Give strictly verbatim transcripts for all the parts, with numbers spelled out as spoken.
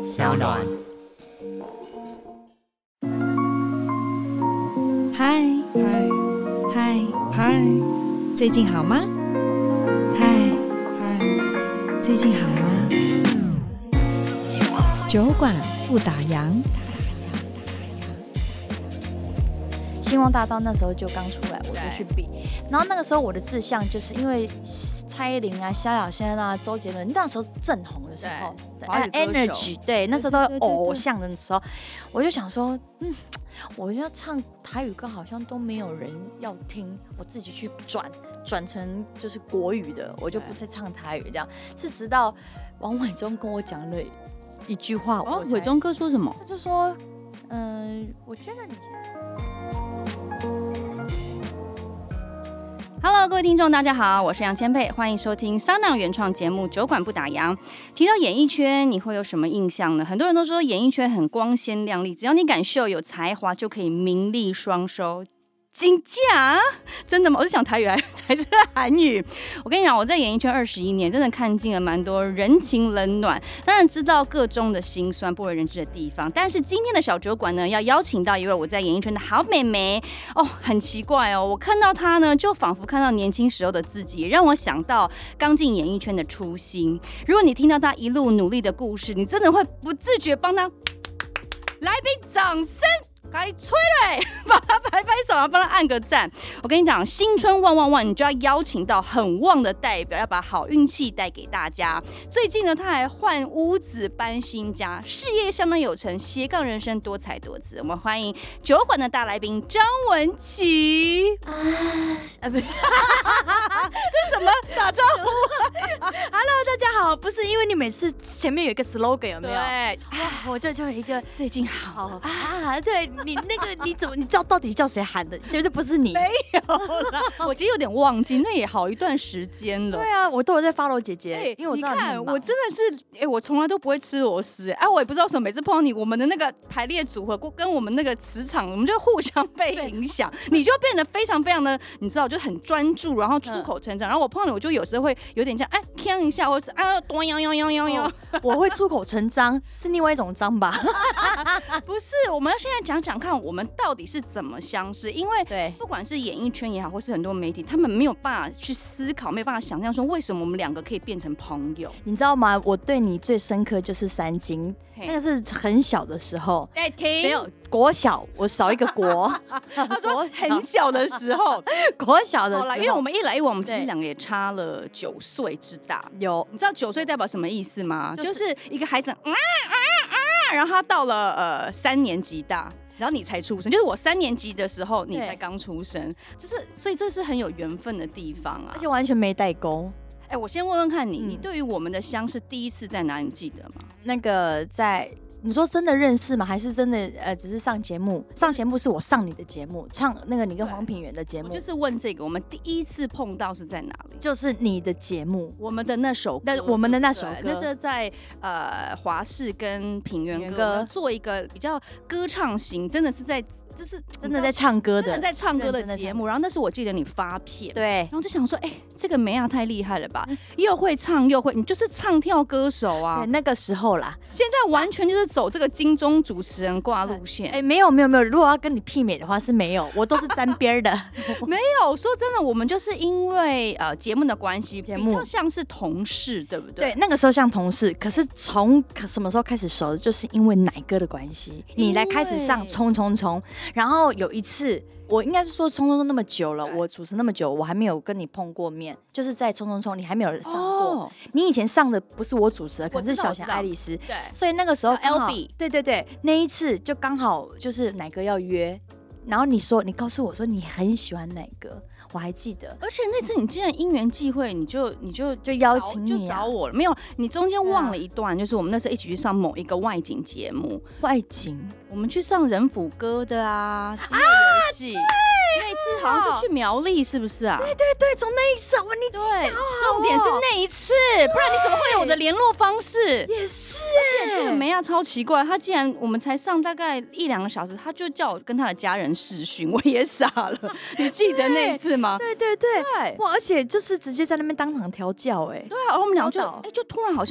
小暖。 嗨嗨嗨， 嗨最近好吗？嗨嗨， 最近好吗？酒馆不打烊。 星光大道那时候就刚出来，我就去比。然后那个时候我的志向就是因为蔡依林啊、萧亚轩啊、周杰伦那时候正红的时候， 华语歌手 Energy 对，那时候都有对对对对偶像的时候，我就想说，嗯，我要唱台语歌好像都没有人要听，我自己去转转成就是国语的，我就不再唱台语这样。是直到王伟忠跟我讲了一句话， 哦我，才伟忠哥说什么？ 他就说，嗯、我觉得你现在。 Hello， 各位听众，大家好，我是杨千佩，欢迎收听商浪原创节目《酒馆不打烊》。提到演艺圈，你会有什么印象呢？很多人都说演艺圈很光鲜亮丽，只要你敢秀、有才华，就可以名利双收。真假？真的吗？我是讲台语还还是韩语？我跟你讲，我在演艺圈二十一年，真的看尽了蛮多人情冷暖，当然知道各中的辛酸、不为人知的地方。但是今天的小酒馆呢，要邀请到一位我在演艺圈的好妹妹哦，很奇怪哦，我看到她呢，就仿佛看到年轻时候的自己，让我想到刚进演艺圈的初心。如果你听到她一路努力的故事，你真的会不自觉帮她来宾掌声。该吹嘞，帮他拍拍手，然后帮他按个赞。我跟你讲，新春旺旺旺，你就要邀请到很旺的代表，要把好运气带给大家。最近呢，他还换屋子搬新家，事业相当有成，斜杠人生多彩多姿。我们欢迎酒馆的大来宾张文琪。 啊啊不， 这是什么打招呼？ Hello， 大家好，不是因为你每次前面有一个 slogan 有没有？ 对， 哇，我这就有一个最近好啊，对你那个你怎么你知道到底叫谁喊的？绝对不是你。 没有啦，我其实有点忘记，那也好一段时间了。 对啊，我都有在 follow 姐姐， 对， 因为我知道你看， 很忙我真的是，哎、欸，我从来都不会吃螺丝，哎、啊，我也不知道为什么，每次碰到你，我们的那个排列组合跟我们那个磁场，我们就互相被影响，你就变得非常非常的，你知道，就很专注，然后出口成章。然后我碰到你，我就有时候会有点像，哎、欸，锵一下，或是啊，端央央央央央， 我会出口成章，是另外一种章吧？ 不是，我们要现在讲讲看，我们到底是怎么相识？因为对， 不管是演艺圈也好，或是很多媒体，他们没有办法去思考，没有办法想象说为什么我们两个可以变成朋友。 你知道吗？我对你最深刻就是三金，那个是很小的时候， 哎、欸，停， 没有国小，我少一个国。 他说很小的时候， 国小的时候， 因为我们一来一往，我们其实两个也差了九岁之大。 有， 你知道九岁代表什么意思吗？ 就是、 就是一个孩子，啊啊啊，然后他到了呃三年级大。然后你才出生，就是我三年级的时候，你才刚出生，就是所以这是很有缘分的地方啊， 而且完全没代沟。 哎、欸，我先问问看你，嗯、你对于我们的相识第一次在哪里，你记得吗？ 那个在。你说真的认识吗？还是真的呃，只是上节目？上节目是我上你的节目，唱那个你跟黄品源的节目。 我就是问这个，我们第一次碰到是在哪里？ 就是你的节目， 我们的那首歌， 那我们的那首歌， 那是在呃华视跟品源哥做一个比较歌唱型，真的是在就是真的在唱歌的， 真的在唱歌的节目。然后那是我记得你发片， 对， 然后就想说，哎、欸，这个梅亚太厉害了吧，又会唱又会，你就是唱跳歌手啊。 对，那个时候啦， 现在完全就是走这个金钟主持人挂路线。 哎、欸，没有没有没有，如果要跟你媲美的话是没有，我都是沾边的。 没有，说真的，我们就是因为呃节目的关系，比较像是同事，对不对？ 对，那个时候像同事，可是从什么时候开始熟的，就是因为奶哥的关系，你来开始上冲冲冲，然后有一次。我应该是说冲冲冲那么久了，我主持那么久，我还没有跟你碰过面，就是在冲冲冲，你还没有上过。哦、你以前上的不是我主持的，可是小翔爱丽丝。 对， 所以那个时候 L B， 对对对，那一次就刚好就是奶哥要约，然后你说你告诉我说你很喜欢奶哥。我还记得， 而且那次你竟然因缘际会，你就你就就邀请你、啊、 就找我了，没有？你中间忘了一段，就是我们那时候一起去上某一个外景节目， 外景， 我们去上人府歌的啊，饥饿游戏。那一次好像是去苗栗，是不是啊？ 对对对，从那一次，哇，你记性好好、哦。 重点是那一次，不然你怎么会有我的联络方式？ 也是， 而且这个梅亚超奇怪，他竟然我们才上大概一两个小时，他就叫我跟他的家人视讯，我也傻了。你记得那一次吗？ 对对对对， 哇，而且就是直接在那边当场调教，哎， 对啊，然后我们俩就哎、欸，就突然好像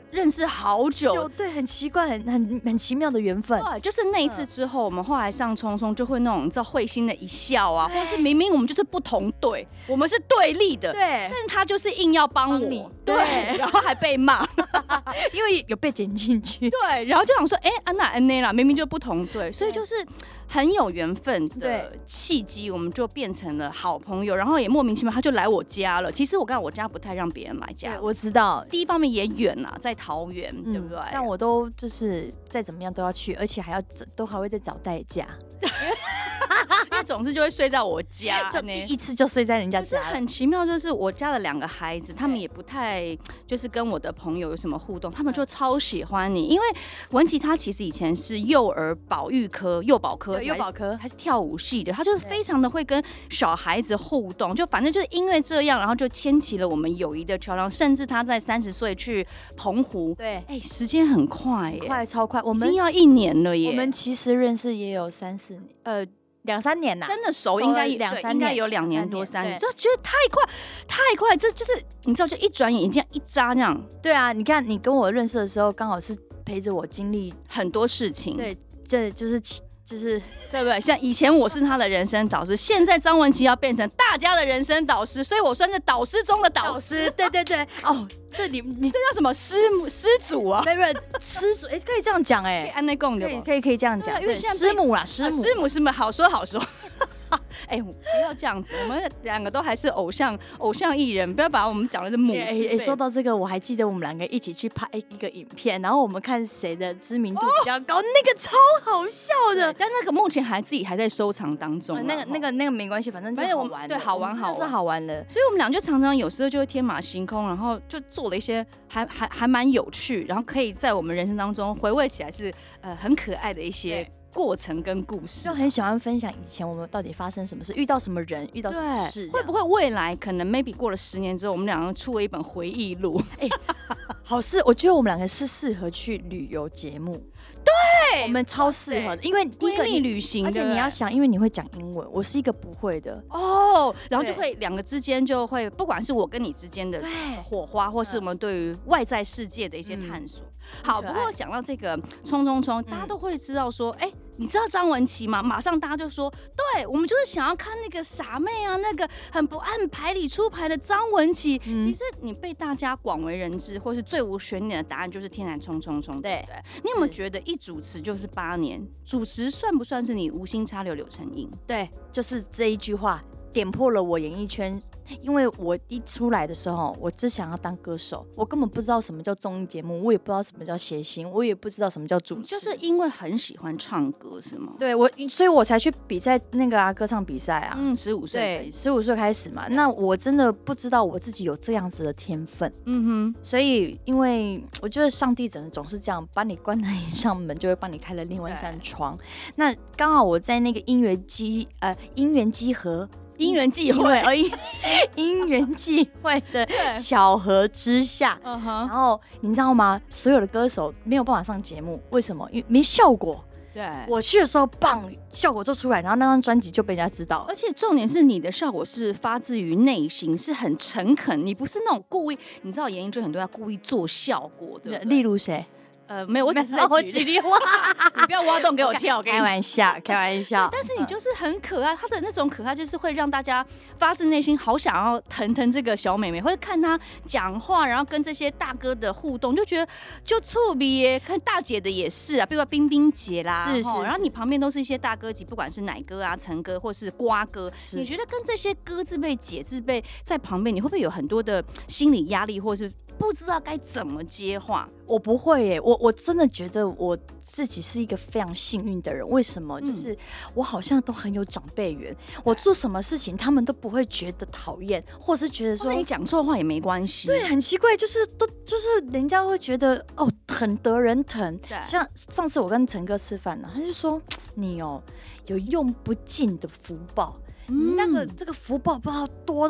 认识好久。 就对，很奇怪，很很很奇妙的缘分。 对，就是那一次之后，我们后来上冲冲就会那种你知道会心的一笑啊，或是明明我们就是不同队，我们是对立的， 对， 但是他就是硬要帮我，对，然后还被骂， 因为有被剪进去。 对，然后就想说，哎、欸，安娜安内啦，明明就不同队，所以就是很有缘分的契机，我们就变成了好朋友，然后也莫名其妙他就来我家了。其实我刚才我家不太让别人来家， 我知道， 第一方面也远啊，在桃园、嗯，对不对？ 但我都就是再怎么样都要去，而且还要都还会再找代驾。 因为总是就会睡在我家， 就第一次就睡在人家家。 就是很奇妙，就是我家的两个孩子，他们也不太就是跟我的朋友有什么互动，他们就超喜欢你，因为文琪她其实以前是幼儿保育科、幼保科、 幼保科还是跳舞系的，她就是非常的会跟小孩子互动，就反正就是因为这样，然后就牵起了我们友谊的桥梁，甚至她在三十岁去澎湖， 对， 哎、欸，时间很快耶， 快超快，我们已经要一年了耶。 我们其实认识也有三四年，呃。两三年呐、啊， 真的熟应该两三年， 应该有两年多三年，就觉得太快太快，这就是你知道，就一转眼这样一眨这样。 对啊，你看你跟我认识的时候，刚好是陪着我经历很多事情。 对，这就是就是对不对？像以前我是他的人生导师，现在张文琪要变成大家的人生导师，所以我算是导师中的导师。 导师对对对，哦。这你你这叫什么师母师祖啊？ 没有师祖，哎、欸，可以这样讲哎、欸， 按内供的， 可以可以可以这样讲， 因为现在师母啦，师母师母师母，好说好说。哎、欸，不要这样子，我们两个都还是偶像偶像艺人，不要把我们讲的是母。哎、 欸欸、说到这个，我还记得我们两个一起去拍一个影片，然后我们看谁的知名度比较高，哦、那个超好笑的。 但那个目前还自己还在收藏当中、啊。 那个那个那个没关系，反正就好玩， 对，好玩好玩是好玩的。 所以我们俩就常常有时候就会天马行空，然后就做了一些还还还蛮有趣，然后可以在我们人生当中回味起来是呃很可爱的一些过程跟故事， 就很喜欢分享以前我们到底发生什么事，遇到什么人，遇到什么事， 会不会未来可能 maybe 过了十年之后，我们两个出了一本回忆录？哎、欸， 好是，我觉得我们两个是适合去旅游节目。 对， 我们超适合的，因为第一个闺蜜旅行， 而且你要想，因为你会讲英文，我是一个不会的哦，然后就会两个之间就会，不管是我跟你之间的火花，或是我们对于外在世界的一些探索。嗯、好，不过讲到这个冲冲冲，大家都会知道说，哎、欸。你知道张文琪吗？马上大家就说，对我们就是想要看那个傻妹啊，那个很不按牌理出牌的张文琪。嗯、其实你被大家广为人知，或是最无悬念的答案就是天然冲冲冲，对不对？你有没有觉得一主持就是八年？主持算不算是你无心插柳柳成荫？ 对，就是这一句话点破了我演艺圈。因为我一出来的时候，我只想要当歌手，我根本不知道什么叫综艺节目，我也不知道什么叫谐星，我也不知道什么叫主持， 就是因为很喜欢唱歌，是吗？ 对，我，所以我才去比赛那个啊歌唱比赛啊。 嗯，十五岁， 对，十五岁开始嘛。那我真的不知道我自己有这样子的天分。嗯哼，所以因为我觉得上帝总总是这样，把你关了一扇门，就会帮你开了另外一扇窗。那刚好我在那个因缘机呃因缘机合。 因缘际会， 因缘际会的巧合之下， uh-huh. 然后你知道吗？所有的歌手没有办法上节目，为什么？因为没效果。 对， 我去的时候，棒，效果就出来，然后那张专辑就被人家知道。 而且重点是，你的效果是发自于内心，是很诚恳，你不是那种故意。你知道演艺圈很多要故意做效果的， 例如谁？ 呃，没有，我只是在举例。你不要挖洞给我跳， 开玩笑，开玩笑。 但是你就是很可爱，他的那种可爱就是会让大家发自内心好想要疼疼这个小妹妹，或者看她讲话，然后跟这些大哥的互动，就觉得就触鼻耶。看大姐的也是啊，比如说冰冰姐啦， 是 是, 是。 然后你旁边都是一些大哥级，不管是奶哥啊、陈哥或是瓜哥，你觉得跟这些哥字辈、姐字辈在旁边，你会不会有很多的心理压力，或是不知道该怎么接话？ 我不会耶，我我真的觉得我自己是一个非常幸运的人。为什么？就是我好像都很有长辈缘，嗯、我做什么事情他们都不会觉得讨厌，或是觉得说你讲错话也没关系。 对，很奇怪，就是都就是人家会觉得哦很得人疼。像上次我跟陈哥吃饭呢，他就说你哦有用不尽的福报。嗯、那个这个福报不知道多到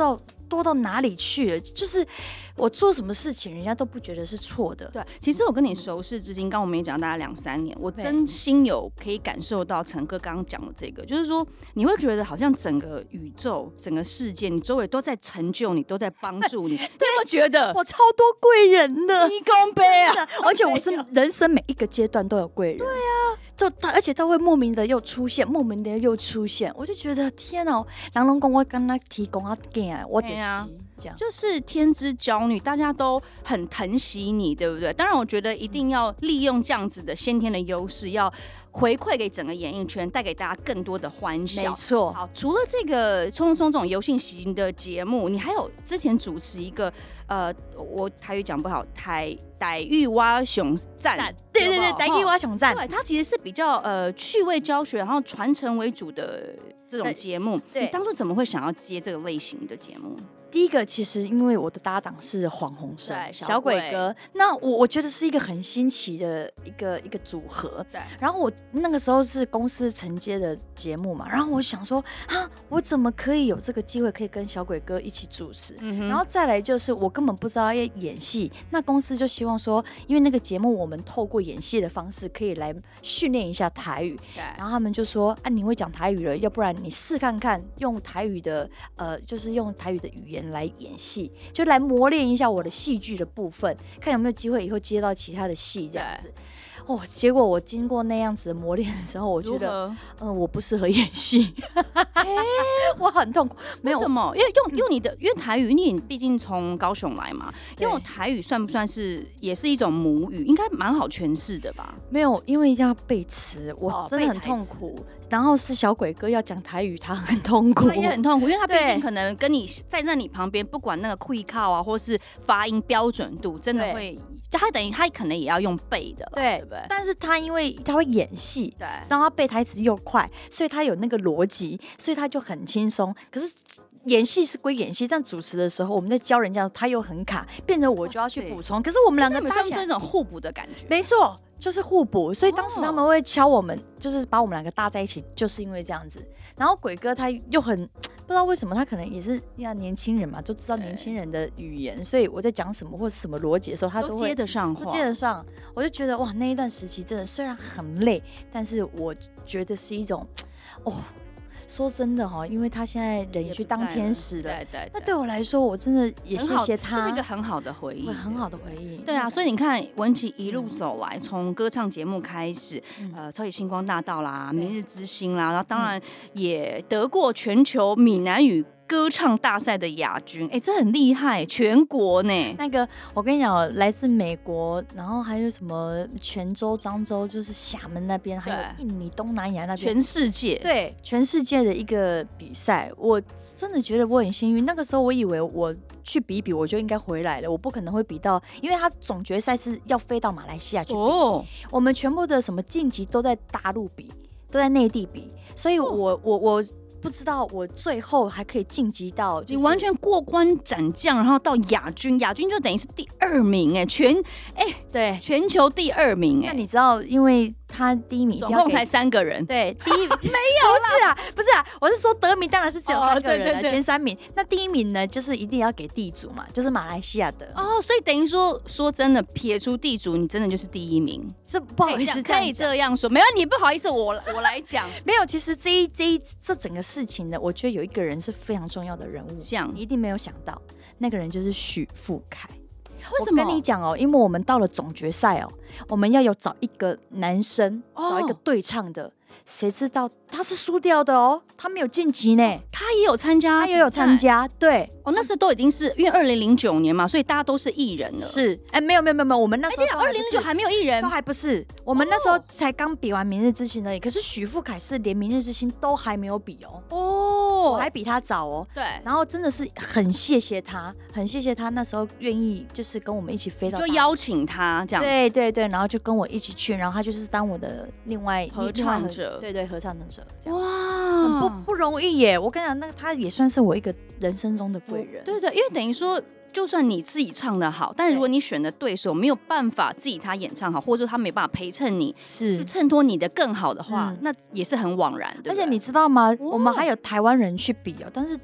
多到哪里去了？就是我做什么事情，人家都不觉得是错的。 对，其实我跟你熟识至今，刚我们也讲大概两三年，我真心有可以感受到陈哥刚刚讲的这个，就是说你会觉得好像整个宇宙、整个世界，你周围都在成就你，都在帮助你。你有没有觉得我超多贵人的， 一公杯啊？ 而且我是人生每一个阶段都有贵人。对啊，就他，而且他会莫名的又出现，莫名的又出现，我就觉得天哦，人拢讲我跟他提供啊干，我得洗。 就是天之娇女，大家都很疼惜你，对不对？当然，我觉得一定要利用这样子的先天的优势，要回馈给整个演艺圈，带给大家更多的欢笑。 没错。 好，除了这个冲冲这种游戏型的节目，你还有之前主持一个呃，我台语讲不好，台台语蛙熊赞， 对对对，台语蛙熊赞， 对，它其实是比较呃趣味教学，然后传承为主的这种节目。 对， 你当初怎么会想要接这个类型的节目？ 第一个，其实因为我的搭档是黄鸿升小, 小鬼哥，那我我觉得是一个很新奇的一个一个组合。 对， 然后我那个时候是公司承接的节目嘛，然后我想说啊，我怎么可以有这个机会可以跟小鬼哥一起主持？嗯、然后再来就是我根本不知道要演戏，那公司就希望说，因为那个节目我们透过演戏的方式可以来训练一下台语，然后他们就说啊，你会讲台语了，要不然你试看看用台语的呃，就是用台语的语言来演戏，就来磨练一下我的戏剧的部分，看有没有机会以后接到其他的戏这样子。哦，结果我经过那样子的磨练的时候，我觉得，嗯、呃，我不适合演戏，欸、我很痛苦。没有为什么？因为用用你的，因为台语，你毕竟从高雄来嘛，用台语算不算是也是一种母语？应该蛮好诠释的吧？ 没有，因为要背词，我真的很痛苦。哦、然后是小鬼哥要讲台语，他很痛苦， 他也很痛苦，因为他毕竟可能跟你站在你旁边，不管那个会靠啊，或是发音标准度，真的会。就他等于他可能也要用背的，对，对不对？ 但是他因为他会演戏，对，然后他背台词又快，所以他有那个逻辑，所以他就很轻松。可是演戏是归演戏，但主持的时候我们在教人家，他又很卡，变成我就要去补充。可是我们两个搭起来， 这种互补的感觉， 没错，就是互补。所以当时他们会敲我们，就是把我们两个搭在一起，就是因为这样子。然后鬼哥他又很。不知道为什么，他可能也是要年轻人嘛，就知道年轻人的语言，所以我在讲什么或者什么逻辑的时候，他都会都接得上话， 都接得上。我就觉得哇，那一段时期真的虽然很累，但是我觉得是一种哦。说真的哈，因为他现在人也去当天使了， 对 对, 对。 那对我来说，我真的也谢谢他， 是一个很好的回忆， 很好的回忆。 对啊，所以你看文琪一路走来，从歌唱节目开始，嗯、呃，超级星光大道啦，明日之星啦，然后当然也得过全球闽南语歌唱大赛的亚军，哎、欸，这很厉害，全国呢。 那个我跟你讲，来自美国，然后还有什么泉州、漳州，就是厦门那边，还有印尼、东南亚那边， 全世界， 对，全世界的一个比赛，我真的觉得我很幸运。那个时候我以为我去比一比，我就应该回来了，我不可能会比到，因为他总决赛是要飞到马来西亚去比，哦、我们全部的什么晋级都在大陆比，都在内地比，所以我、哦、我我。不知道我最后还可以晋级到、就是， 你完全过关斩将，然后到亚军，亚军就等于是第二名哎，全哎、欸、 对全球第二名哎。 那你知道，因为他第一名总共才三个人， 对，第一没有啦，不是啊，我是说得名当然是只有三个人了、哦，前三名。那第一名呢，就是一定要给地主嘛，就是马来西亚的哦，所以等于说说真的，撇除地主，你真的就是第一名。 这不好意思， 可以这样说，没有你不好意思，我我来讲， 没有。其实这一这一这整个事情呢，我觉得有一个人是非常重要的人物， 像你一定没有想到，那个人就是许富凯。 为什么？ 我跟你讲哦，因为我们到了总决赛哦，我们要有找一个男生，哦、找一个对唱的，谁知道他是输掉的哦，他没有晋级呢。哦、 他也有参加， 他也有参加，对。 哦，那时候都已经是因为二零零九年嘛，所以大家都是艺人了。 是，哎、欸，没有没有没有，我们那时候二零零九还没有艺人， 都还不是。我们那时候才刚比完《明日之星》而已。可是许富凯是连《明日之星》都还没有比哦。哦，我还比他早哦。 对。 然后真的是很谢谢他，很谢谢他那时候愿意就是跟我们一起飞到， 就邀请他这样。 对对对，然后就跟我一起去，然后他就是当我的另外合唱者， 对对，合唱者。哇，很不不容易耶！我跟你讲，那个他也算是我一个人生中的贵人。 对对，因为等于说，就算你自己唱得好，但如果你选的对手没有办法自己他演唱好，或者说他没办法陪衬你， 是去衬托你的更好的话，嗯、那也是很枉然。对对， 而且你知道吗？我们还有台湾人去比哦，但是。因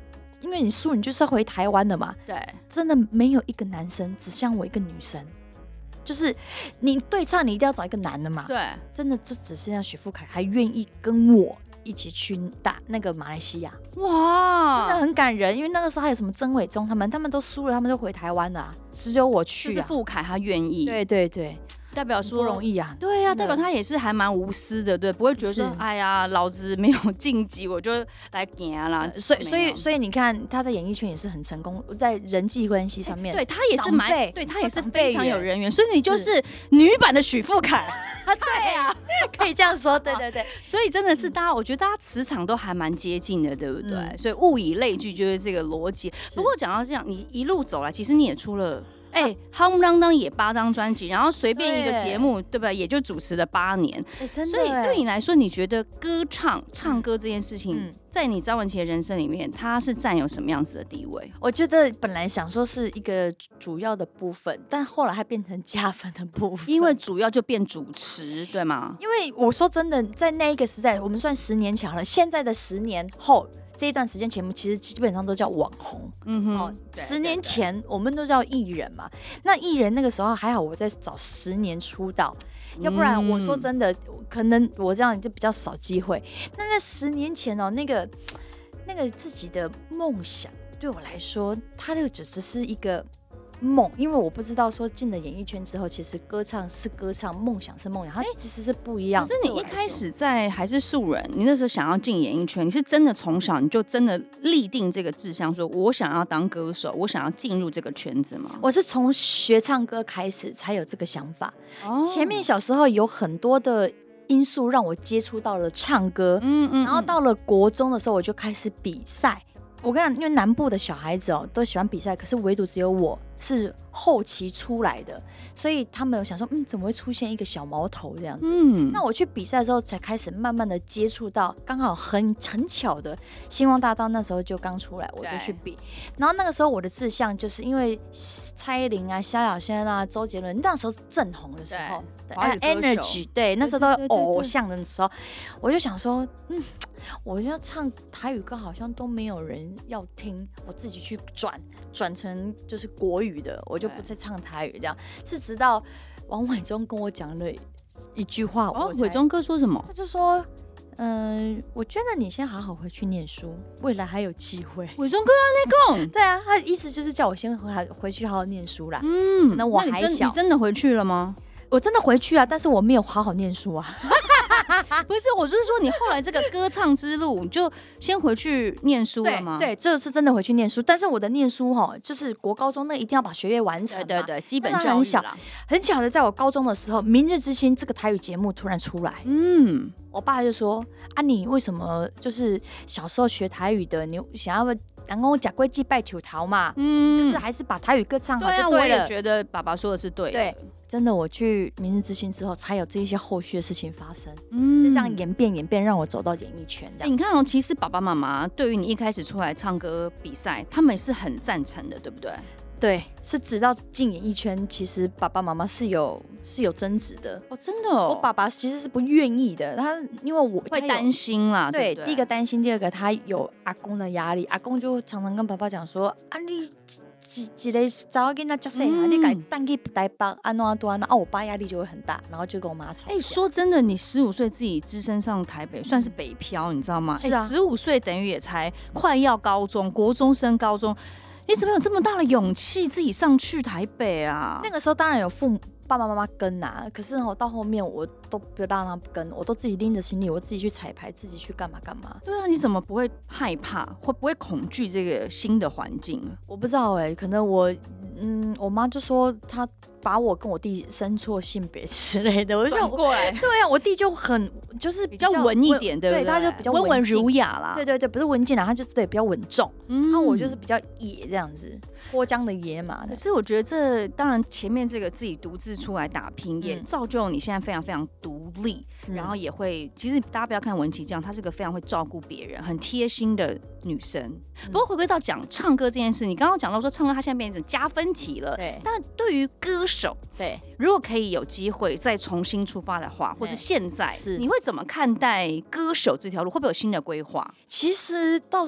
因为你输你就是要回台湾的嘛。 对， 真的没有一个男生只像我一个女生，就是你对唱你一定要找一个男的嘛。 对， 真的就只剩下许富凯还愿意跟我一起去打那个马来西亚， 哇， 真的很感人。因为那个时候还有什么曾伟忠他们，他们都输了，他们就回台湾了、啊，只有我去、啊。 就是富凯他愿意， 对对对， 代表说不容易啊。 对呀、啊，代表他也是还蛮无私的，对，不会觉得说哎呀，老子没有晋级，我就来行啦。 所以所以所以你看他在演艺圈也是很成功，在人际关系上面， 对他也是蛮，对他也是非常有人缘，所以你就是女版的许富凯。 对啊，可以这样说，对对对， 所以真的是大家，我觉得大家磁场都还蛮接近的，对不对？嗯、所以物以类聚就是这个逻辑。不过讲到这样，你一路走来，其实你也出了。哎、欸，夯不啷当也八张专辑，然后随便一个节目，对吧？也就主持了八年。 欸、真的。 所以对你来说，你觉得歌唱、唱歌这件事情，嗯、在你张文琪的人生里面，它是占有什么样子的地位？ 我觉得本来想说是一个主要的部分，但后来它变成加分的部分， 因为主要就变主持，对吗？ 因为我说真的，在那一个时代，我们算十年前了，现在的十年后。这一段时间节目其实基本上都叫网红，嗯哼，哦，十年前我们都叫艺人嘛。那艺人那个时候还好，我在找十年出道，嗯、要不然我说真的，可能我这样就比较少机会。那那十年前哦，那个那个自己的梦想对我来说，它就只是一个梦，因为我不知道说进了演艺圈之后，其实歌唱是歌唱，梦想是梦想，它其实是不一样的。 可是你一开始在还是素人，你那时候想要进演艺圈，你是真的从小你就真的立定这个志向，说我想要当歌手，我想要进入这个圈子吗？ 我是从学唱歌开始才有这个想法。哦、前面小时候有很多的因素让我接触到了唱歌，嗯嗯，然后到了国中的时候，我就开始比赛。我跟你讲，因为南部的小孩子哦都喜欢比赛，可是唯独只有我是后期出来的，所以他们有想说，嗯，怎么会出现一个小毛头这样子？嗯，那我去比赛之后，才开始慢慢的接触到，刚好很很巧的，星光大道那时候就刚出来，我就去比。然后那个时候我的志向就是因为蔡依林啊、萧亚轩啊、周杰伦那时候正红的时候， 对 ，Energy， 对，那时候都有偶像的时候，我就想说，嗯。我要唱台语歌好像都没有人要听，我自己去转转成就是国语的，我就不再唱台语这样。是直到王伟忠跟我讲了一句话， 哦，伟忠哥说什么？ 他就说，嗯、呃，我觉得你先好好回去念书，未来还有机会。 伟忠哥啊，那个， 对啊，他的意思就是叫我先回回去好好念书啦。嗯，那我还小， 你真, 你真的回去了吗？ 我真的回去啊，但是我没有好好念书啊。 不是，我是说你后来这个歌唱之路，你就先回去念书了吗？ 对，对，这是真的回去念书。但是我的念书哈，就是国高中那一定要把学业完成嘛。 对对对，基本教育啦。 很巧的，在我高中的时候，《明日之星》这个台语节目突然出来。嗯，我爸就说：“啊，你为什么就是小时候学台语的，你想要？”然后我讲国际拜球桃嘛，嗯，就是还是把台语歌唱好就对了。 对啊，我也觉得爸爸说的是对的。 对，真的，我去明日之星之后，才有这一些后续的事情发生。嗯，就这样演变演变，让我走到演艺圈这样。 欸、你看哦，其实爸爸妈妈对于你一开始出来唱歌比赛，他们也是很赞成的，对不对？ 对，是直到进演艺圈，其实爸爸妈妈是有是有争执的哦，真的哦。 我爸爸其实是不愿意的，他因为我会担心啦， 对， 对对， 第一个担心，第二个他有阿公的压力，阿公就常常跟爸爸讲说啊，你一一个查某囡仔这么小，你该带去台北安怎安怎啊，我爸压力就会很大，然后就跟我妈吵架。 哎、欸，说真的，你十五岁自己只身上台北，算是北漂，你知道吗？哎、 啊， 十五岁等于也才快要高中，国中升高中。你怎么有这么大的勇气自己上去台北啊？ 那个时候当然有父母爸爸妈妈跟啊，可是我到后面我都不让他跟，我都自己拎着行李，我自己去彩排，自己去干嘛干嘛。 对啊，你怎么不会害怕，会不会恐惧这个新的环境？ 我不知道哎、欸，可能我嗯，我妈就说她把我跟我弟生错性别之类的，我就转过来。 对啊，我弟就很就是比较文一点，对不对？ 对，他就比较温文儒雅啦。 对对对，不是文静啦，他就是对比较稳重。嗯，然后我就是比较野这样子，脱缰的野马。 可是我觉得这当然前面这个自己独自出来打拼，也造就你现在非常非常独立，嗯、然后也会其实大家不要看文琪这样，她是个非常会照顾别人、很贴心的女生。嗯、不过回归到讲唱歌这件事，你刚刚讲到说唱歌，它现在变成加分题了。 对， 但对于歌手， 对， 如果可以有机会再重新出发的话，或是现在，你会怎么看待歌手这条路？会不会有新的规划？ 其实倒是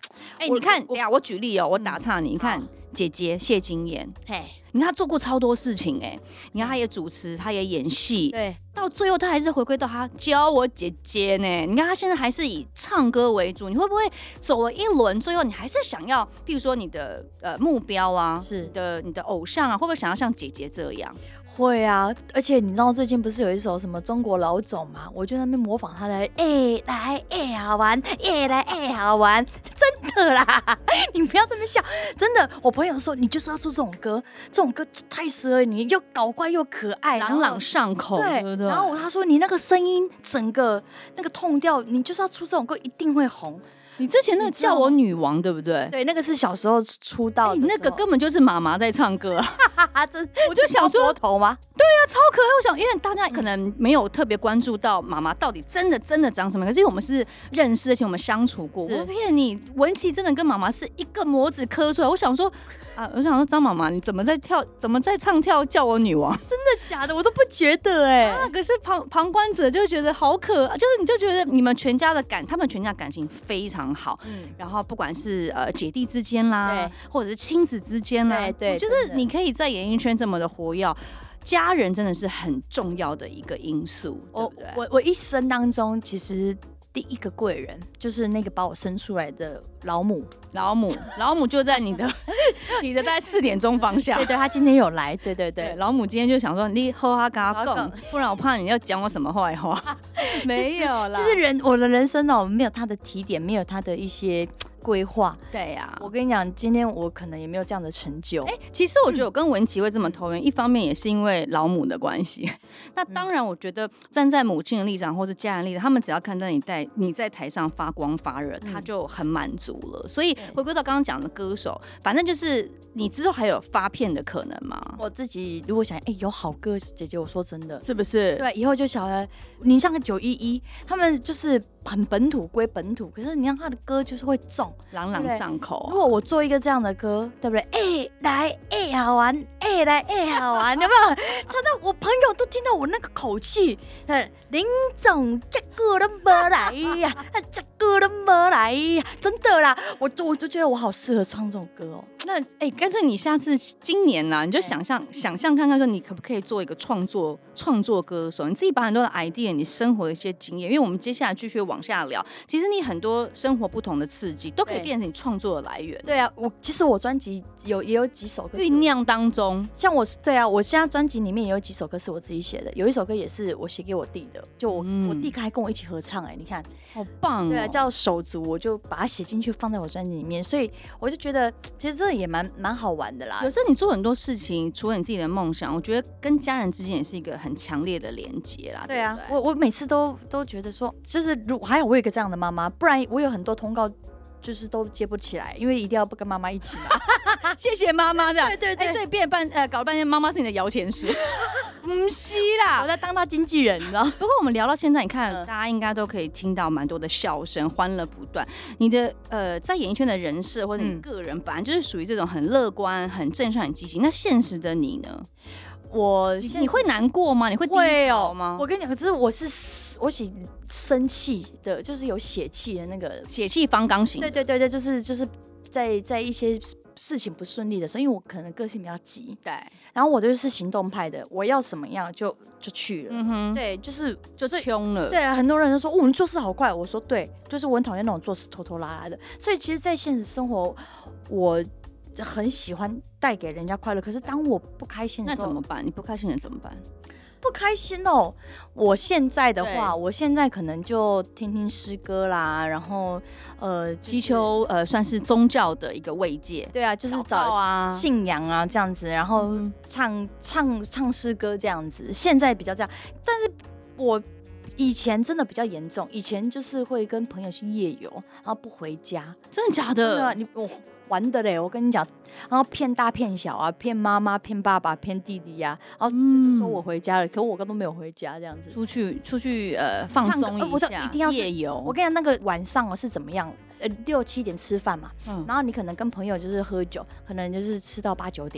哎、欸，你看，哎呀，我举例哦、喔，我打岔你，你看姐姐谢金燕，嘿，你看她做过超多事情哎、欸，你看她也主持，她也演戏， 对， 到最后她还是回归到她教我姐姐呢。你看她现在还是以唱歌为主，你会不会走了一轮，最后你还是想要，譬如说你的呃目标啊，是你的你的偶像啊，会不会想要像姐姐这样？ 会啊，而且你知道最近不是有一首什么中国老总吗？我就在那边模仿他的，哎、欸、来哎、欸、好玩，哎、欸、来哎、欸、好玩，真的啦，你不要这么笑，真的。我朋友说你就是要出这种歌，这种歌太适合你，又搞怪又可爱， 朗朗上口，对不对？ 然后他说你那个声音整个那个痛调，你就是要出这种歌一定会红。 你之前那个叫我女王，对不对？ 对，那个是小时候出道的、欸， 那个根本就是妈妈在唱歌啊！ 真， 我就想说， 头吗？ 对啊，超可爱。我想，因为大家可能没有特别关注到妈妈到底真的真的长什么，可是因为我们是认识，而且我们相处过。我骗你，文琪真的跟妈妈是一个模子刻出来。我想说啊，我想说张妈妈，你怎么在跳，怎么在唱跳叫我女王？ 真的假的？我都不觉得哎、欸啊。可是旁旁观者就觉得好可爱，就是你就觉得你们全家的感，他们全家感情非常好。嗯，然后不管是呃姐弟之间啦，或者是亲子之间啦，对对，就是你可以在演艺圈这么的活跃，家人真的是很重要的一个因素，对不对？ 我我一生当中其实第一个贵人就是那个把我生出来的老母， 老母，老母就在你的你的大概四点钟方向， 对对，他今天有来，对对 对, 对， 老母今天就想说你好好跟他讲，不然我怕你要讲我什么坏话，没有啦， 就是人我的人生哦，没有他的提点，没有他的一些规划， 对呀、啊， 我跟你讲，今天我可能也没有这样的成就。 哎、欸，其实我觉得我跟文琪会这么投缘、嗯，一方面也是因为老母的关系。那当然，我觉得站在母亲的立场或是家人立场，他们只要看到你在你在台上发光发热，他就很满足了。所以回归到刚刚讲的歌手，反正就是你之后还有发片的可能吗？ 我自己如果想，哎、欸，有好歌姐姐，我说真的， 是不是？ 对，以后就晓得，你像个九一一，他们就是很本土归本土，可是你让他的歌就是会中， 朗朗上口、啊。 如果我做一个这样的歌，对不对？哎、欸，来，哎、欸，好玩，哎、欸，来，哎、欸，好玩，有没有？真的，我朋友都听到我那个口气，林总这个都没来呀，这个都没来呀，真的啦，我我就觉得我好适合唱这种歌哦。 那哎，干脆你下次今年啦，你就想象想象看看，说你可不可以做一个创作创作歌手？你自己把很多的 idea， 你生活的一些经验，因为我们接下来继续往下聊，其实你很多生活不同的刺激，都可以变成你创作的来源。 对啊，我其实我专辑有也有几首歌酝酿当中， 像我对啊，我现在专辑里面也有几首歌是我自己写的，有一首歌也是我写给我弟的，就我、嗯、我弟还跟我一起合唱、欸，哎，你看， 好棒哦！ 对啊，叫手足，我就把它写进去放在我专辑里面，所以我就觉得其实这也蛮蛮好玩的啦。 有时候你做很多事情，除了你自己的梦想，我觉得跟家人之间也是一个很强烈的连结啦。 对啊， 对对我我每次都都觉得说，就是如还好我有一个这样的妈妈，不然我有很多通告。就是都接不起来，因为一定要不跟妈妈一起嘛。 谢谢妈妈的， 对对对， 欸、所以变半呃搞了半天，妈妈是你的摇钱树，不是啦， 我在当她经纪人，你知道。 不过我们聊到现在，你看、嗯、大家应该都可以听到蛮多的笑声，欢乐不断。你的呃在演艺圈的人设或者你个人，本来就是属于这种很乐观、很正向、很积极。那现实的你呢？ 我你会难过吗？你会低潮吗？ 哦、我跟你讲，可是我是我喜生气的，就是有血气的那个血气方刚型。 对对对对，就是就是在在一些事情不顺利的时候，因为我可能个性比较急， 对， 然后我就是行动派的，我要什么样就就去了，嗯哼，对，就是就冲了。 对啊，很多人都说哦，你做事好快，我说对，就是我很讨厌那种做事拖拖拉拉的，所以其实，在现实生活，我很喜欢带给人家快乐，可是当我不开心的时候， 那怎么办？你不开心了怎么办？ 不开心哦！我现在的话，我现在可能就听听诗歌啦，然后呃， 祈求呃，算是宗教的一个慰藉。 对啊，就是找信仰啊这样子，然后唱、嗯、唱唱诗歌这样子。现在比较这样，但是我以前真的比较严重，以前就是会跟朋友去夜游，然后不回家。 真的假的？ 真的，你我。玩的嘞，我跟你讲，然后骗大骗小啊，骗妈妈、骗爸爸、骗弟弟呀、啊，然后就说我回家了，嗯、可我根本都没有回家，这样子。 出去出去呃放松一下， 一定要夜游。 我跟你讲，那个晚上哦是怎么样？呃，六七点吃饭嘛、嗯，然后你可能跟朋友就是喝酒，可能就是吃到八九点，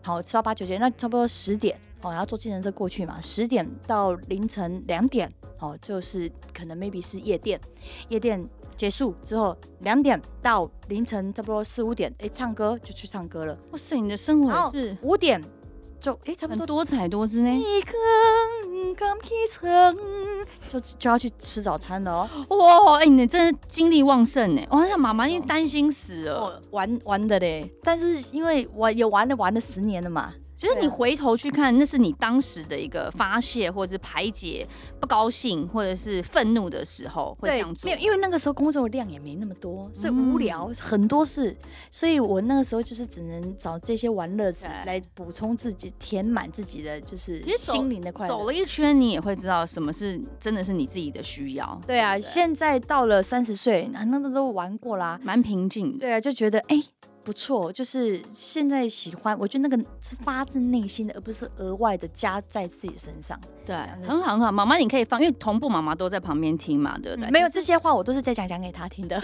好吃到八九点，那差不多十点哦，要坐计程车过去嘛，十点到凌晨两点，哦，就是可能 maybe 是夜店，夜店结束之后，两点到凌晨差不多四五点，哎，唱歌就去唱歌了。 哇塞，你的生活也是五点就哎差不多很多彩多姿呢。 一更刚起床，就就要去吃早餐了哦。 哇，哎、欸，你真的精力旺盛呢！哇，像妈妈已经担心死了。 我玩玩的嘞，但是因为我也玩了玩了十年了嘛。 其实你回头去看，那是你当时的一个发泄，或者是排解不高兴或者是愤怒的时候会这样做。 没有，因为那个时候工作量也没那么多，所以无聊、嗯、很多事，所以我那个时候就是只能找这些玩乐子来补充自己，填满自己的就是心灵的快乐。 走了一圈，你也会知道什么是真的是你自己的需要。 对啊， 对对现在到了三十岁，那个都玩过啦， 蛮平静的。 对啊，就觉得哎。欸不错，就是现在喜欢，我觉得那个是发自内心的，而不是额外的加在自己身上。 对，很好很好。妈妈你可以放，因为同步妈妈都在旁边听嘛，对不对？ 嗯、没有这些话，我都是在讲讲给她听的。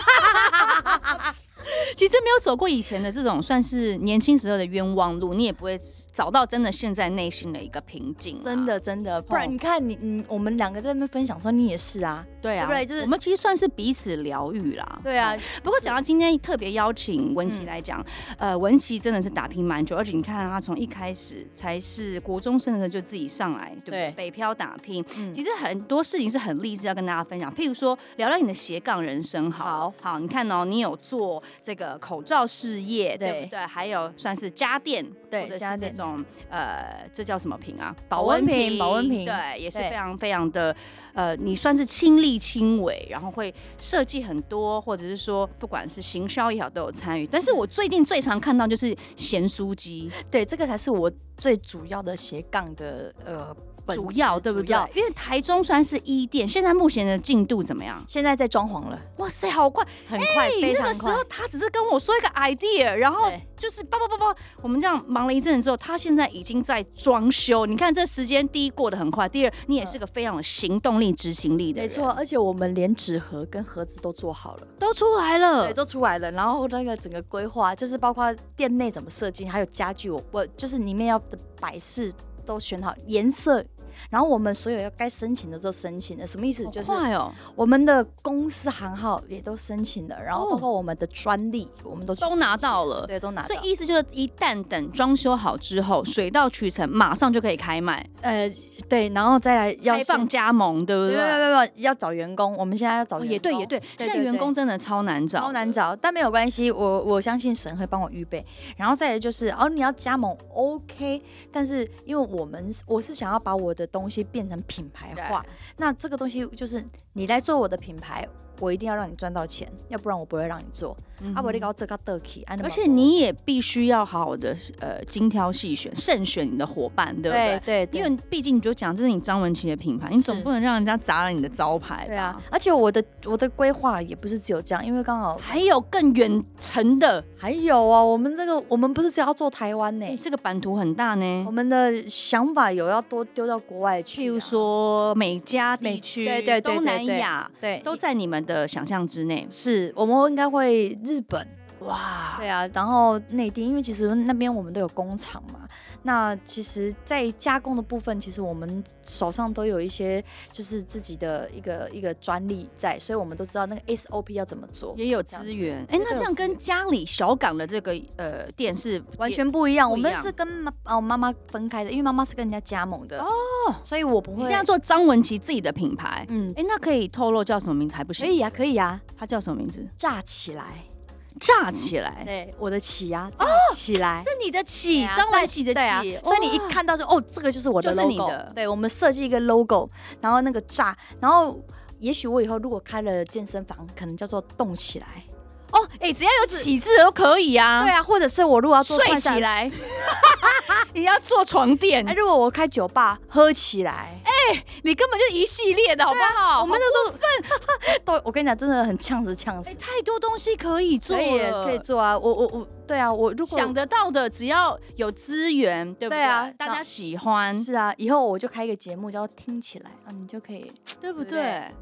其实没有走过以前的这种算是年轻时候的冤枉路，你也不会找到真的现在内心的一个平静。 真的真的，不然你看你你我们两个在那边分享的时候，你也是啊， 对啊，对不对？就是我们其实算是彼此疗愈啦。 对啊， 不过讲到今天特别邀请文琪来讲，嗯、呃，文琪真的是打拼蛮久，而且你看她从一开始才是国中生的时候就自己上来，对不对？对北漂打拼、嗯，其实很多事情是很励志要跟大家分享。譬如说，聊聊你的斜杠人生好，好，好，你看哦，你有做这个口罩事业， 对, 对不对？还有算是家电，对，或者是这种呃，这叫什么瓶啊？保温瓶， 保温瓶， 对，也是非常非常的呃，你算是亲力亲为，然后会设计很多，或者是说不管是行销也好都有参与。但是我最近最常看到就是咸酥鸡， 对，这个才是我最主要的斜杠的呃。 主要对不对？因为台中算是一店，现在目前的进度怎么样？ 现在在装潢了。 哇塞，好快， 很快，欸、非常快。 那个时候他只是跟我说一个 idea， 然后就是叭叭叭叭，我们这样忙了一阵子之后，他现在已经在装修。你看这时间，第一过得很快，第二你也是个非常有行动力、执行力的人。 没错，而且我们连纸盒跟盒子都做好了， 都出来了， 对，都出来了。然后那个整个规划，就是包括店内怎么设计，还有家具，我我就是里面要的摆饰都选好，颜色。然后我们所有要该申请的都申请了，什么意思？就是我们的公司行号也都申请了，然后包括我们的专利，我们都都拿到了， 对，都拿到。 所以意思就是，一旦等装修好之后，水到渠成，马上就可以开卖。 呃，对，然后再来要开放加盟，对不对？ 没有没有没有，要找员工，我们现在要找员工。 也对也对，现在员工真的超难找， 超难找，但没有关系，我我相信神会帮我预备。然后再来就是，哦，你要加盟 ，OK， 但是因为我们我是想要把我的东西变成品牌化，那这个东西就是你来做我的品牌，我一定要让你赚到钱，要不然我不会让你做。嗯、啊，不然你搞这个得起， 而且你也必须要好好的呃精挑细选，慎选你的伙伴，对不对？ 对 对, 对， 因为毕竟你就讲这是你张文琪的品牌，你总不能让人家砸了你的招牌吧？ 对啊，而且我的我的规划也不是只有这样，因为刚好还有更远程的， 还有啊，我们这个我们不是只要做台湾呢、欸， 这个版图很大呢。 我们的想法有要多丢到国外去、啊， 譬如说美加地区、 对对对东南亚， 对， 都在你们的想象之内。 是我们应该会日本。哇，对啊，然后内地，因为其实那边我们都有工厂嘛，那其实，在加工的部分，其实我们手上都有一些就是自己的一个一个专利在，所以我们都知道那个 S O P 要怎么做， 也有资源。哎，那这样跟家里小港的这个呃店是完全不一样，我们是跟妈哦妈妈分开的，因为妈妈是跟人家加盟的哦，所以我不会。 你现在做张文琪自己的品牌，嗯，哎，那可以透露叫什么名字还不行？ 可以啊，可以啊， 它叫什么名字？ 炸起来。 炸起来， 对，我的起啊，炸起来， 哦、是你的起，张文琪的起、啊， 所以你一看到就哦，这个就是我的 logo， 就是你的， 对，我们设计一个 logo， 然后那个炸，然后也许我以后如果开了健身房，可能叫做动起来。 哦，哎、欸，只要有起字都可以啊。 对啊，或者是我如果要做睡起来，你要做床垫。 哎、欸，如果我开酒吧，喝起来。 哎、欸，你根本就一系列的好不好？ 啊、我们这都分都，我跟你讲，真的很呛死呛死。 哎、欸，太多东西可以做了，可以可以做啊。我我我，对啊，我如果想得到的，只要有资源，对不对？对啊，大家喜欢。 是啊，以后我就开一个节目叫做听起来啊，你就可以， 对不对？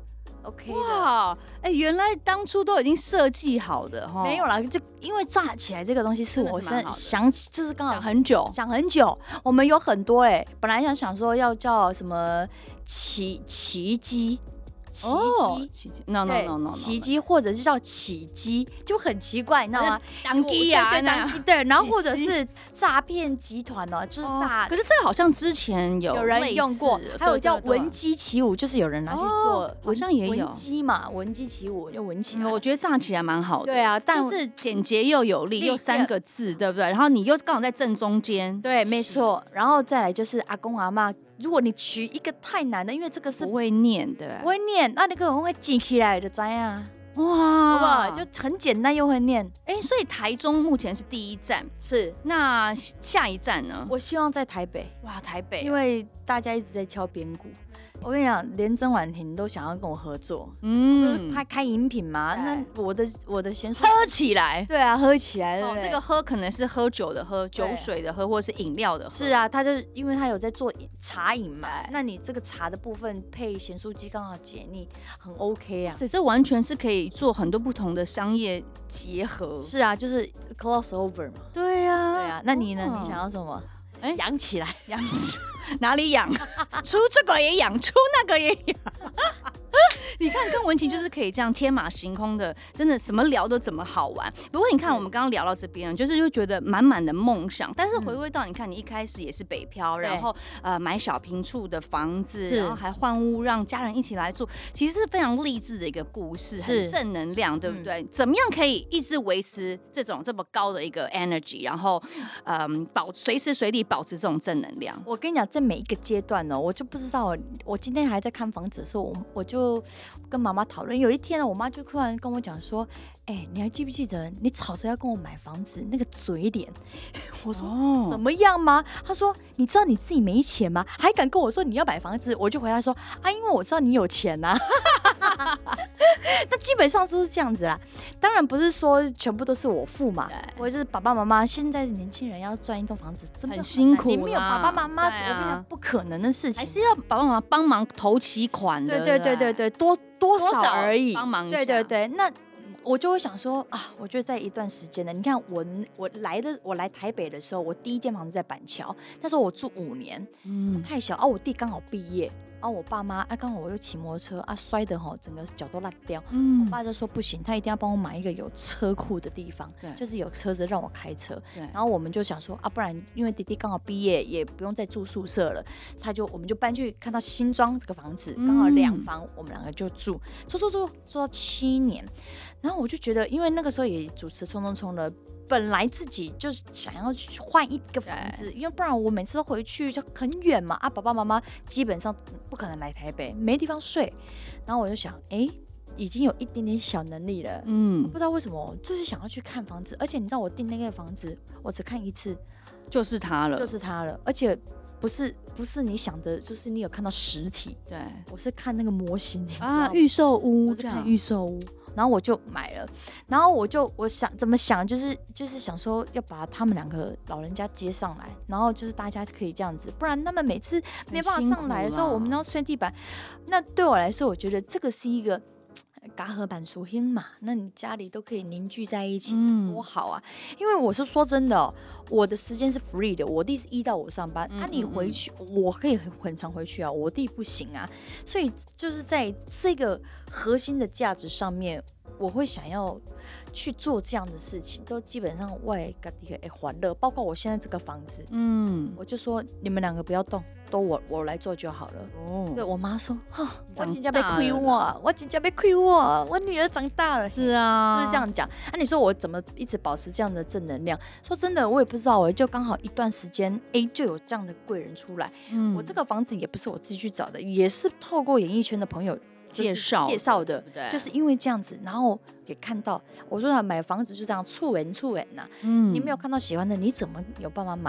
OK 的。 哇，哎、欸，原来当初都已经设计好的哈？ 没有啦，就因为炸起来这个东西是我是想起，就是刚好想很久， 想很久。我们有很多哎、欸，本来想想说要叫什么奇奇迹。奇迹， 奇迹 ，no no no no， 奇迹或者是叫起鸡，就很奇怪，你知道吗？ 当机啊， 当机对，然后或者是诈骗集团哦，就是诈、哦。 可是这个好像之前有有人用过，还有叫文姬起舞，就是有人拿去做， 哦、好像也有文姬嘛，文姬起舞就文起来。 我觉得炸起来蛮好的， 对啊，但就是简洁又有力，又三个字，对不对？然后你又刚好在正中间， 对，没错。然后再来就是阿公阿嬷。如果你取一个太难的，因为这个是不会念的， 不会念，那那个会记起来的，怎样？ 哇， 好不好？就很简单又会念。 哎、欸，所以台中目前是第一站， 是。 那下一站呢？ 我希望在台北。 哇，台北、啊， 因为大家一直在敲边鼓。我跟你讲，连曾婉婷都想要跟我合作， 嗯， 他开饮品嘛，那我的我的咸酥喝起来， 对啊，喝起来，对不对？ 这个喝可能是喝酒的喝，酒水的喝，或者是饮料的喝。 是啊，他就因为他有在做茶饮嘛，那你这个茶的部分配咸酥鸡刚好解腻，很 OK 啊。 所以这完全是可以做很多不同的商业结合。 是啊，就是 crossover 嘛。 对啊， 对啊。那你呢？哦、你想要什么？哎、欸，养起来， 养起哪里养？出这个也养，出那个也养。你看，跟文琪就是可以这样天马行空的，真的什么聊都怎么好玩。不过你看，我们刚刚聊到这边，就是就觉得满满的梦想。但是回归到你看，你一开始也是北漂，然后呃买小平处的房子，然后还换屋让家人一起来住，其实是非常励志的一个故事，很正能量，对不对？嗯、怎么样可以一直维持这种这么高的一个 energy， 然后嗯保随时随地保持这种正能量？ 我跟你讲，在每一个阶段呢，我就不知道，我今天还在看房子的时候，我我就跟妈妈讨论。有一天呢，我妈就突然跟我讲说：“哎、欸，你还记不记得你吵着要跟我买房子那个嘴脸？”我说：“哦、怎么样吗？”她说：“你知道你自己没钱吗？还敢跟我说你要买房子？”我就回答说：“啊，因为我知道你有钱呐、啊。”那基本上都是这样子啦。当然不是说全部都是我付嘛，我就是爸爸妈妈。现在的年轻人要赚一栋房子，真的很辛苦。 你没有爸爸妈妈，我跟你讲不可能的事情， 还是要爸爸妈妈帮忙投期款的。 对对对对对，多多少而已， 帮忙一下。 对对对，那我就会想说啊，我觉得在一段时间呢，你看我我来的我来台北的时候，我第一间房子在板桥，那时候我住五年，嗯，太小啊，我弟刚好毕业。然后我爸妈啊，刚好我又骑摩托车啊，摔得吼整个脚都烂掉。嗯，我爸就说不行，他一定要帮我买一个有车库的地方，就是有车子让我开车。然后我们就想说啊，不然因为弟弟刚好毕业，也不用再住宿舍了，他就我们就搬去看到新庄这个房子，刚好两房，嗯、我们两个就住，住住住住到七年。然后我就觉得，因为那个时候也主持冲冲冲了。本来自己就想要去换一个房子，因为不然我每次都回去就很远嘛啊，爸爸妈妈基本上不可能来台北，没地方睡。然后我就想，哎、欸，已经有一点点小能力了，嗯，不知道为什么就是想要去看房子，而且你知道我订那个房子，我只看一次， 就是它了， 就是它了，而且不是不是你想的，就是你有看到实体， 对， 我是看那个模型，你知道啊，预售屋， 我是看预售屋。然后我就买了，然后我就我想怎么想，就是就是想说要把他们两个老人家接上来，然后就是大家可以这样子，不然他们每次没办法上来的时候，我们要睡地板。那对我来说，我觉得这个是一个嘎和板熟兴嘛，那你家里都可以凝聚在一起，嗯、多好啊！因为我是说真的、哦，我的时间是 free 的，我弟是一到五上班，嗯、啊，你回去我可以很很常回去啊，我弟不行啊，所以就是在这个核心的价值上面，我会想要去做这样的事情，都基本上为家己的欢乐，包括我现在这个房子，嗯，我就说你们两个不要动，都我我来做就好了。哦，对我妈说，哈，我真的被亏我，我真的被亏我，我女儿长大了。 是啊， 就是这样讲。啊，你说我怎么一直保持这样的正能量？说真的，我也不知道哎，就刚好一段时间，哎，就有这样的贵人出来。嗯，我这个房子也不是我自己去找的，也是透过演艺圈的朋友。 介绍介绍的， 对， 就是因为这样子，然后也看到我说他买房子就这样促人促人呐，嗯，你没有看到喜欢的，你怎么有办法买？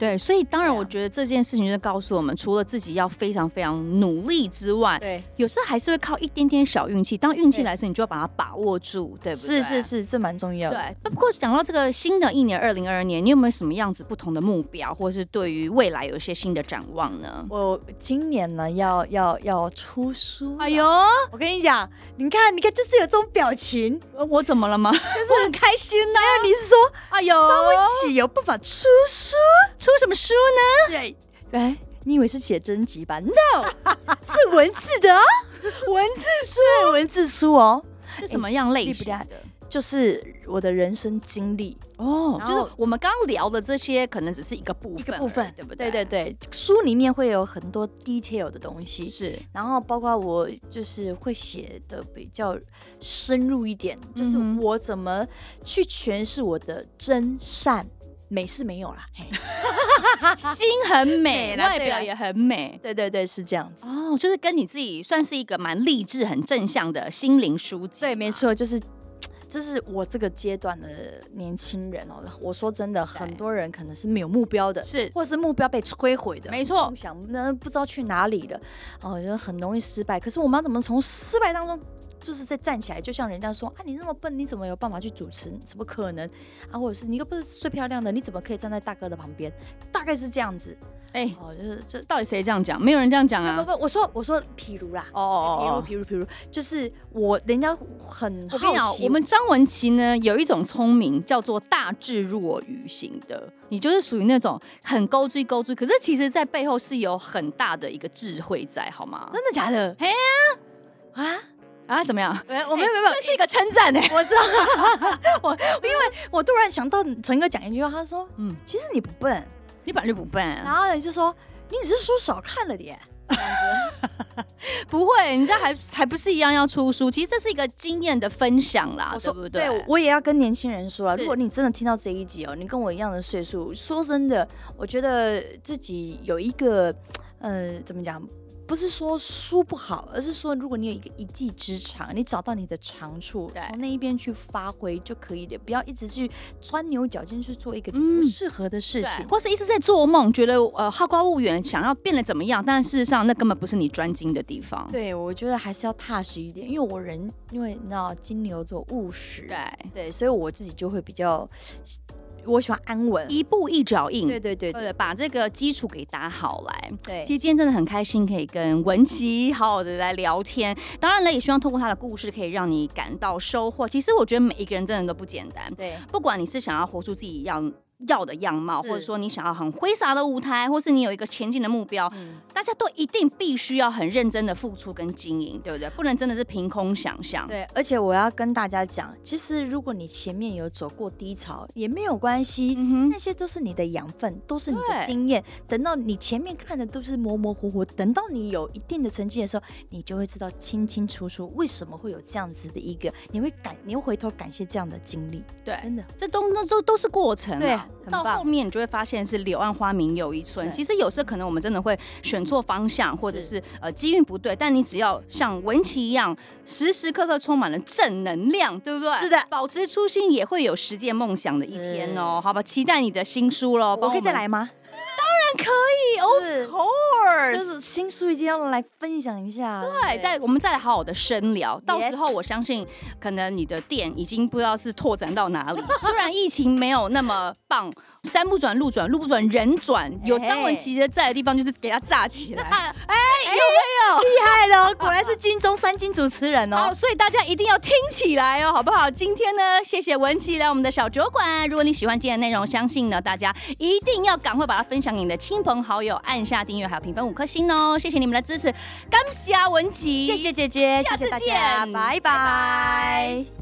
对，所以当然我觉得这件事情就告诉我们，除了自己要非常非常努力之外， 对， 有时候还是会靠一点点小运气。当运气来时，你就要把它把握住，对不对？ 是是是，这蛮重要的。 对，不过讲到这个新的一年二零二二年，你有没有什么样子不同的目标，或是对于未来有一些新的展望呢？ 我今年呢要要要出书。 哎呦， 我跟你讲，你看你看，就是有这种表情， 我怎么了吗？我很开心呢、 啊。你是说， 哎呦， 张文琪有办法出书？ 出什么书呢？ 对，哎，你以为是写真集吧 ？No， 是文字的哦，文字书，文字书哦。 是什么样类型的？ 就是我的人生经历哦，就是我们刚刚聊的这些，可能只是一个部分，一个部分， 对不对？ 对对对，书里面会有很多 detail 的东西， 是， 然后包括我就是会写的比较深入一点，嗯、就是我怎么去诠释我的真善美是没有啦， 心很美，外表也很美， 对对对，是这样子哦，就是跟你自己算是一个蛮励志、很正向的心灵书籍， 对，没错，就是。这是我这个阶段的年轻人哦，我说真的，很多人可能是没有目标的， 是， 或是目标被摧毁的， 没错， 梦想呢不知道去哪里了，哦，就很容易失败。可是我们要怎么从失败当中，就是再站起来？就像人家说啊，你那么笨，你怎么有办法去主持？怎么可能啊？或者是你又不是最漂亮的，你怎么可以站在大哥的旁边？大概是这样子。 哎、欸，哦，就是这到底谁这样讲？没有人这样讲啊！ 不不，我说我说，譬如啦， 哦， 譬如譬如譬如，就是我人家很好奇。 我跟你讲，我们张文琪呢有一种聪明叫做大智若愚型的，你就是属于那种很勾追勾追，可是其实在背后是有很大的一个智慧在，好吗？ 真的假的？ 嘿啊啊！啊，怎么样？ 我没有没有， 这是一个称赞哎， 我知道。我因为我突然想到陈哥讲一句话，他说：“嗯，其实你不笨。” 你本来就不笨、啊， 然后人就说你只是书少看了点，这样子不会，人家还还不是一样要出书。其实这是一个经验的分享啦，对不对？ 对，我也要跟年轻人说啊，如果你真的听到这一集哦，你跟我一样的岁数，说真的，我觉得自己有一个，呃，怎么讲？不是说书不好，而是说如果你有一个一技之长，你找到你的长处，从那一边去发挥就可以了，不要一直去钻牛角尖去做一个不适合的事情， 嗯、或是一直在做梦，觉得呃好高骛远，想要变得怎么样，但事实上那根本不是你专精的地方。 对，我觉得还是要踏实一点，因为我人因为你知道金牛座务实， 对对，所以我自己就会比较。我喜欢安稳， 一步一脚印， 对对对 对, 对，把这个基础给打好来。 对， 其实今天真的很开心，可以跟文琪好好的来聊天。当然了，也希望透过他的故事，可以让你感到收获。其实我觉得每一个人真的都不简单， 对， 不管你是想要活出自己要要的样貌，或者说你想要很挥洒的舞台，或是你有一个前进的目标，嗯、大家都一定必须要很认真的付出跟经营，对不对？不能真的是凭空想象。 对，而且我要跟大家讲，其实如果你前面有走过低潮，也没有关系，嗯、那些都是你的养分，都是你的经验。等到你前面看的都是模模糊糊，等到你有一定的成绩的时候，你就会知道清清楚楚为什么会有这样子的一个，你会感，你会回头感谢这样的经历。 对， 真的， 这都都都是过程啊。 对。 到后面你就会发现是柳暗花明又一村。其实有时候可能我们真的会选错方向，或者是呃机运不对，但你只要像文琪一样，时时刻刻充满了正能量，对不对？ 是的， 保持初心也会有实现梦想的一天哦。好吧，期待你的新书喽。 我可以再来吗？ 当然可以 ，Of course， 就是新书一定要来分享一下。 对，再我们再来好好的深聊。Yes. 到时候我相信，可能你的店已经不知道是拓展到哪里。虽然疫情没有那么棒，山不转路转，路不转人转，有张文琪的在的地方，就是给它炸起来。哎，有没有厉害了？果然是金钟三金主持人哦。 好，所以大家一定要听起来哦，好不好？今天呢，谢谢文琪来我们的小酒馆。如果你喜欢今天的内容，相信呢，大家一定要赶快把它分享给你的亲朋好友，按下订阅，还有评分五颗星哦。谢谢你们的支持，感谢文琪， 谢谢姐姐， 下次谢谢大家， 见， 拜拜。拜拜。